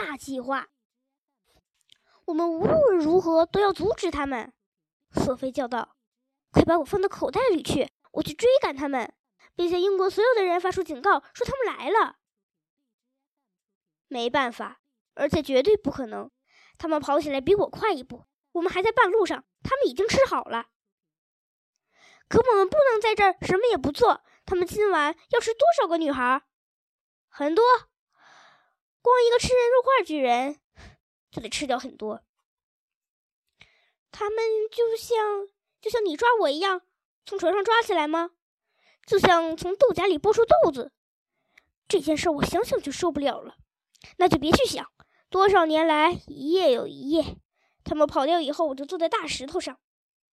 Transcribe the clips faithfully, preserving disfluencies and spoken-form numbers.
大计划。我们无论如何都要阻止他们。索菲叫道：“快把我放到口袋里去，我去追赶他们，并向英国所有的人发出警告，说他们来了。”没办法，而且绝对不可能。他们跑起来比我快一步，我们还在半路上，他们已经吃好了。可我们不能在这儿什么也不做。他们今晚要吃多少个女孩？很多。光一个吃人肉块巨人就得吃掉很多。他们就像就像你抓我一样，从床上抓起来吗？就像从豆荚里剥出豆子。这件事我想想就受不了了。那就别去想。多少年来，一夜有一夜，他们跑掉以后，我就坐在大石头上。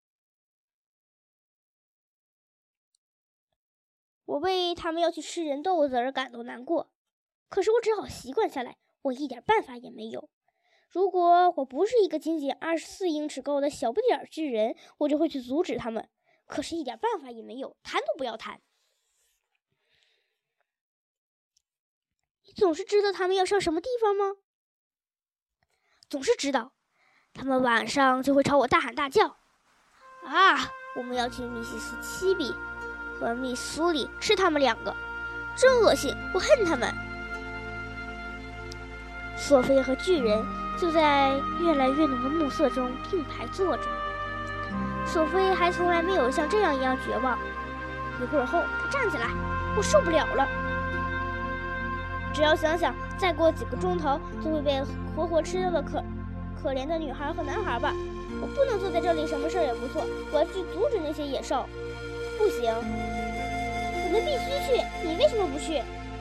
我为他们要去吃人豆子而感到难过，可是我只好习惯下来，我一点办法也没有。如果我不是一个仅仅二十四英尺高的小不点儿巨人，我就会去阻止他们，可是一点办法也没有，谈都不要谈。你总是知道他们要上什么地方吗？总是知道，他们晚上就会朝我大喊大叫：“啊，我们要去密西西西比和密苏里吃他们两个，真恶心，我恨他们。”索菲和巨人就在越来越浓的暮色中并排坐着。索菲还从来没有像这样一样绝望。一会儿后，他站起来：“我受不了了。只要想想，再过几个钟头就会被活活吃掉的可可怜的女孩和男孩吧。我不能坐在这里什么事也不做，我要去阻止那些野兽。不行，我们必须去。你为什么不去？”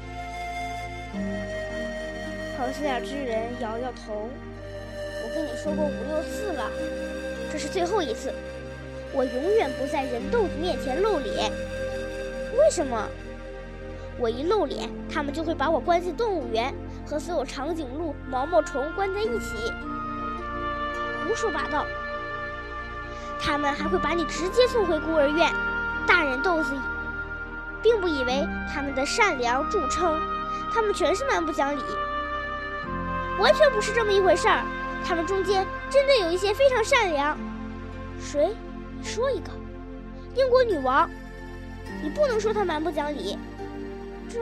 好心眼之人摇摇头：“我跟你说过五六次了，这是最后一次。我永远不在人豆子面前露脸。为什么？我一露脸，他们就会把我关进动物园，和所有长颈鹿、毛毛虫关在一起。胡说八道！他们还会把你直接送回孤儿院。大人豆子并不以为他们的善良著称，他们全是蛮不讲理。完全不是这么一回事儿。他们中间真的有一些非常善良。谁？你说一个。英国女王。你不能说她蛮不讲理。这，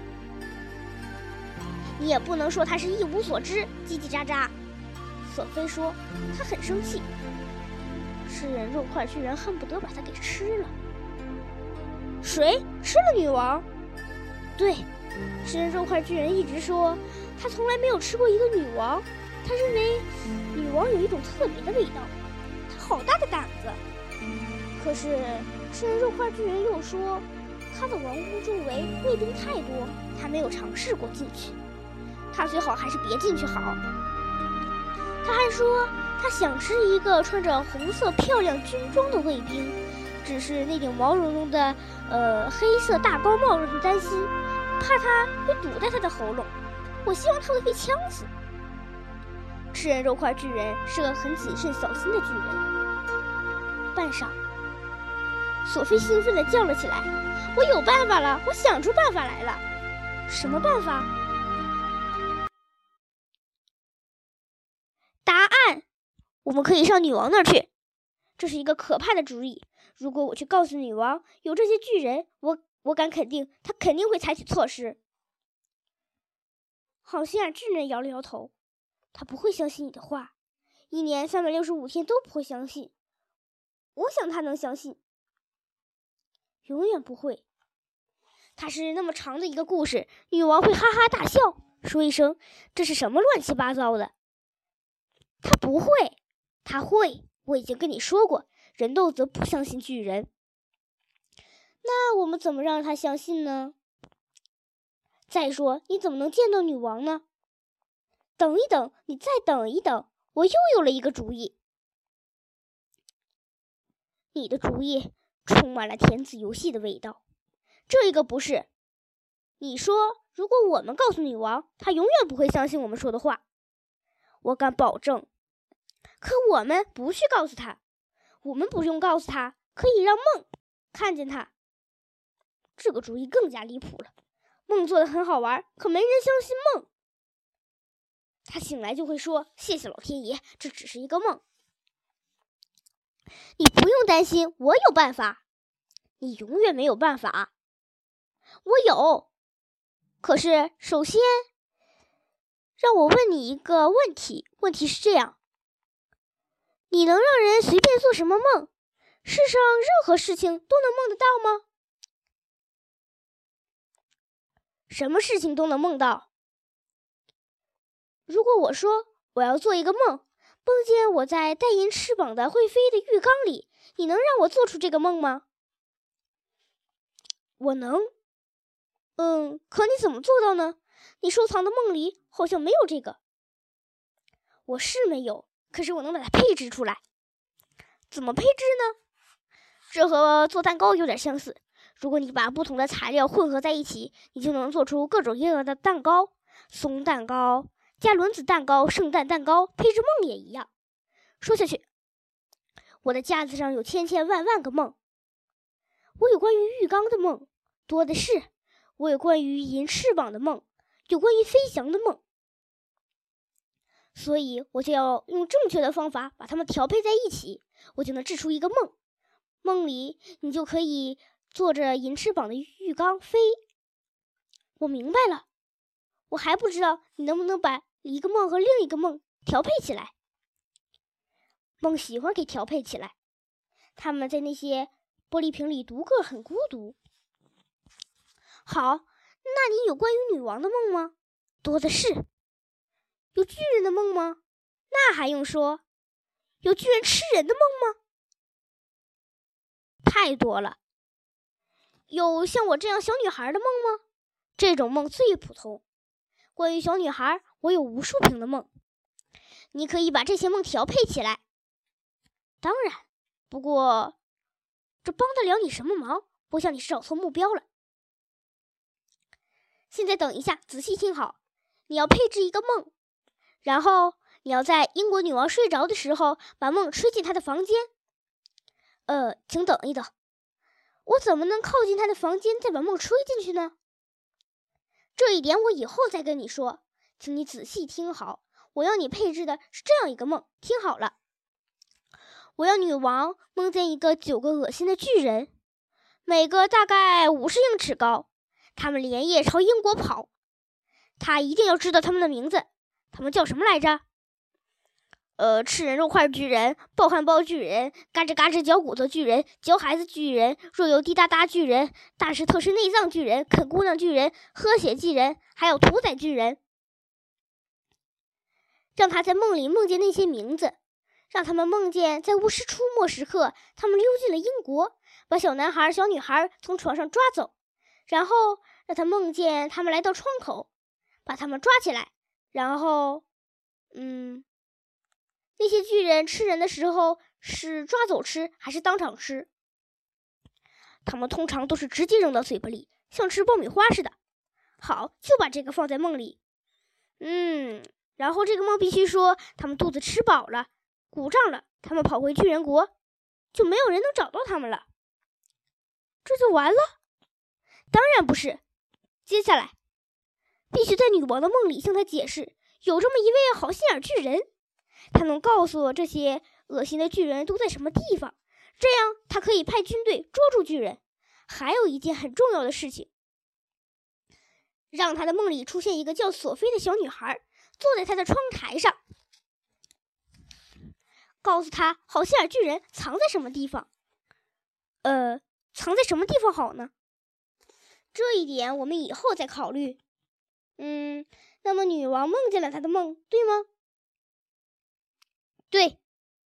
你也不能说他是一无所知，叽叽喳喳。索菲说，他很生气。吃人肉块巨人恨不得把他给吃了。谁吃了女王？对，吃人肉块巨人一直说他从来没有吃过一个女王，他认为女王有一种特别的味道。他好大的胆子！可是吃人肉块巨人又说，他的王屋周围卫兵太多，他没有尝试过进去。他最好还是别进去好。他还说，他想吃一个穿着红色漂亮军装的卫兵，只是那顶毛茸茸的呃黑色大高帽让他担心，怕他会堵在他的喉咙。我希望他会被呛死。吃人肉块巨人是个很谨慎小心的巨人。半晌，索菲兴奋地叫了起来：“我有办法了！我想出办法来了。”什么办法？答案，我们可以上女王那儿去。这是一个可怕的主意。如果我去告诉女王有这些巨人，我我敢肯定，她肯定会采取措施。好心眼巨人摇了摇头，他不会相信你的话，一年三百六十五天都不会相信。我想他能相信，永远不会。它是那么长的一个故事，女王会哈哈大笑，说一声这是什么乱七八糟的。她不会，她会，我已经跟你说过，人豆子不相信巨人。那我们怎么让她相信呢？再说，你怎么能见到女王呢？等一等，你再等一等，我又有了一个主意。你的主意充满了填字游戏的味道。这个不是。你说，如果我们告诉女王，她永远不会相信我们说的话。我敢保证。可我们不去告诉她，我们不用告诉她，可以让梦看见她。这个主意更加离谱了。梦做得很好玩，可没人相信梦。 他醒来就会说：“谢谢老天爷，这只是一个梦。”你不用担心，我有办法。你永远没有办法。我有。可是，首先，让我问你一个问题。问题是这样：你能让人随便做什么梦？世上任何事情都能梦得到吗？什么事情都能梦到。如果我说我要做一个梦，梦见我在带银翅膀的会飞的浴缸里，你能让我做出这个梦吗？我能。嗯，可你怎么做到呢？你收藏的梦里好像没有这个。我是没有，可是我能把它配置出来。怎么配置呢？这和做蛋糕有点相似。如果你把不同的材料混合在一起，你就能做出各种各样的蛋糕。松蛋糕、加仑子蛋糕、圣诞蛋糕，配置梦也一样。说下去，我的架子上有千千万万个梦。我有关于浴缸的梦，多的是。我有关于银翅膀的梦，有关于飞翔的梦。所以我就要用正确的方法把它们调配在一起，我就能制出一个梦。梦里你就可以坐着银翅膀的浴缸飞。我明白了。我还不知道你能不能把一个梦和另一个梦调配起来。梦喜欢给调配起来。他们在那些玻璃瓶里独个很孤独。好，那你有关于女王的梦吗？多的是。有巨人的梦吗？那还用说。有巨人吃人的梦吗？太多了。有像我这样小女孩的梦吗？这种梦最普通。关于小女孩，我有无数瓶的梦。你可以把这些梦调配起来。当然，不过这帮得了你什么忙？我想你是找错目标了。现在等一下，仔细听好。你要配置一个梦，然后你要在英国女王睡着的时候把梦吹进她的房间。呃，请等一等，我怎么能靠近她的房间再把梦吹进去呢？这一点我以后再跟你说，请你仔细听好。我要你配置的是这样一个梦，听好了。我要女王梦见一个九个恶心的巨人，每个大概五十英尺高，他们连夜朝英国跑。他一定要知道他们的名字，他们叫什么来着？呃，吃人肉块巨人、爆汉堡巨人、嘎吱嘎吱嚼骨头巨人、嚼孩子巨人、若有滴答答巨人、大石特吃内脏巨人、啃姑娘巨人、喝血巨人，还有屠宰巨人。让他在梦里梦见那些名字，让他们梦见在巫师出没时刻，他们溜进了英国，把小男孩、小女孩从床上抓走，然后让他梦见他们来到窗口，把他们抓起来，然后，嗯，那些巨人吃人的时候是抓走吃还是当场吃？他们通常都是直接扔到嘴巴里，像吃爆米花似的。好，就把这个放在梦里。嗯，然后这个梦必须说他们肚子吃饱了，鼓胀了，他们跑回巨人国，就没有人能找到他们了。这就完了？当然不是。接下来必须在女王的梦里向她解释，有这么一位好心眼巨人，他能告诉我这些恶心的巨人都在什么地方，这样他可以派军队捉住巨人。还有一件很重要的事情，让他的梦里出现一个叫索菲的小女孩，坐在他的窗台上，告诉他好心眼巨人藏在什么地方。呃，藏在什么地方好呢？这一点我们以后再考虑。嗯，那么女王梦见了她的梦，对吗？对。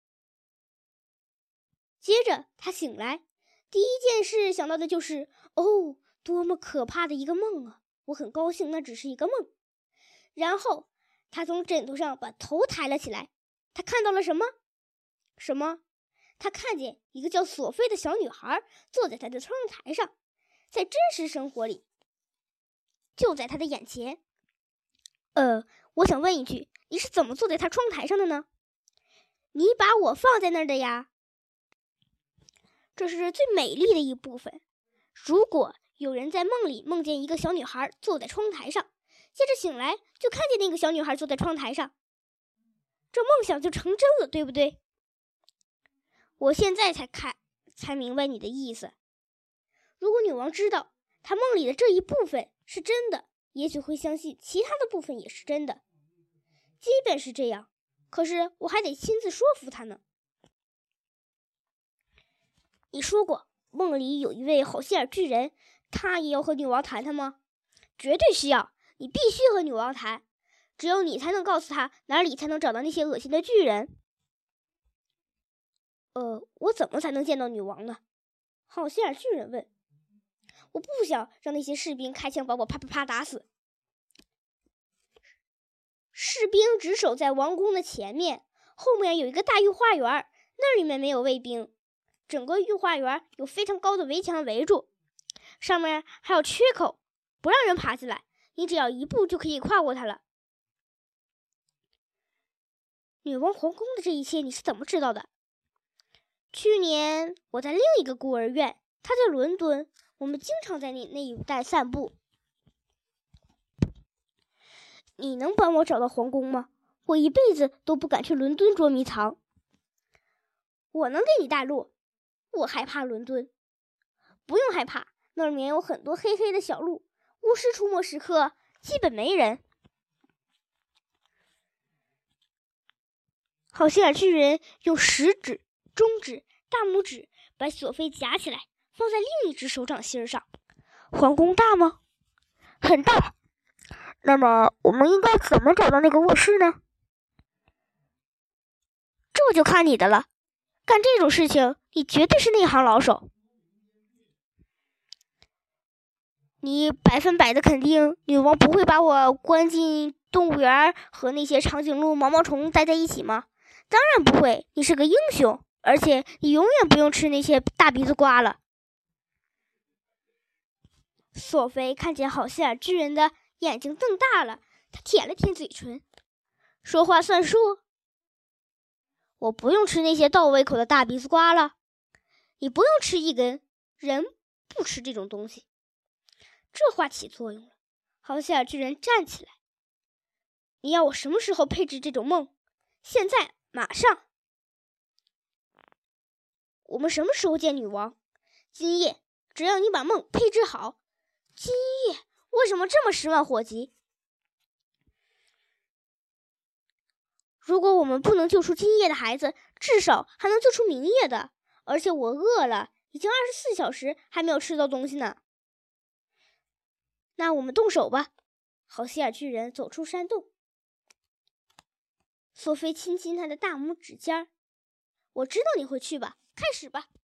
接着她醒来，第一件事想到的就是，哦，多么可怕的一个梦啊！我很高兴那只是一个梦。然后她从枕头上把头抬了起来，她看到了什么？什么？她看见一个叫索菲的小女孩坐在她的窗台上，在真实生活里，就在她的眼前。呃，我想问一句，你是怎么坐在她窗台上的呢？你把我放在那儿的呀。这是最美丽的一部分。如果有人在梦里梦见一个小女孩坐在窗台上， 接着醒来就看见那个小女孩坐在窗台上，这梦想就成真了，对不对？我现在才看才明白你的意思。如果女王知道她梦里的这一部分是真的，也许会相信其他的部分也是真的。即便是这样，可是我还得亲自说服她呢。你说过梦里有一位好心眼巨人，他也要和女王谈谈吗？绝对需要，你必须和女王谈，只有你才能告诉她哪里才能找到那些恶心的巨人。呃，我怎么才能见到女王呢？好心眼巨人问。我不想让那些士兵开枪把我啪啪啪打死。士兵只守在王宫的前面，后面有一个大御花园，那里面没有卫兵。整个御花园有非常高的围墙围住，上面还有缺口，不让人爬进来，你只要一步就可以跨过它了。女王皇宫的这一切你是怎么知道的？去年我在另一个孤儿院，它在伦敦，我们经常在那那一带散步。你能帮我找到皇宫吗？我一辈子都不敢去伦敦捉迷藏。我能给你带路。我害怕伦敦。不用害怕，那里面有很多黑黑的小路，巫师出没时刻基本没人。好心眼巨人用食指、中指、大拇指把索菲夹起来，放在另一只手掌心上。皇宫大吗？很大。那么我们应该怎么找到那个卧室呢？这就看你的了。干这种事情，你绝对是内行老手。你百分百的肯定，女王不会把我关进动物园和那些长颈鹿、毛毛虫待在一起吗？当然不会，你是个英雄，而且你永远不用吃那些大鼻子瓜了。索菲看见好心眼巨人的眼睛瞪大了，他舔了舔嘴唇，说话算数。我不用吃那些倒胃口的大鼻子瓜了。你不用吃一根，人不吃这种东西。这话起作用了，好心眼巨人站起来。你要我什么时候配置这种梦？现在，马上。我们什么时候见女王？今夜，只要你把梦配置好。今夜为什么这么十万火急？如果我们不能救出今夜的孩子，至少还能救出明夜的。而且我饿了，已经二十四小时还没有吃到东西呢。那我们动手吧。好心眼巨人走出山洞。索菲亲亲他的大拇指尖儿。我知道你会去吧，开始吧。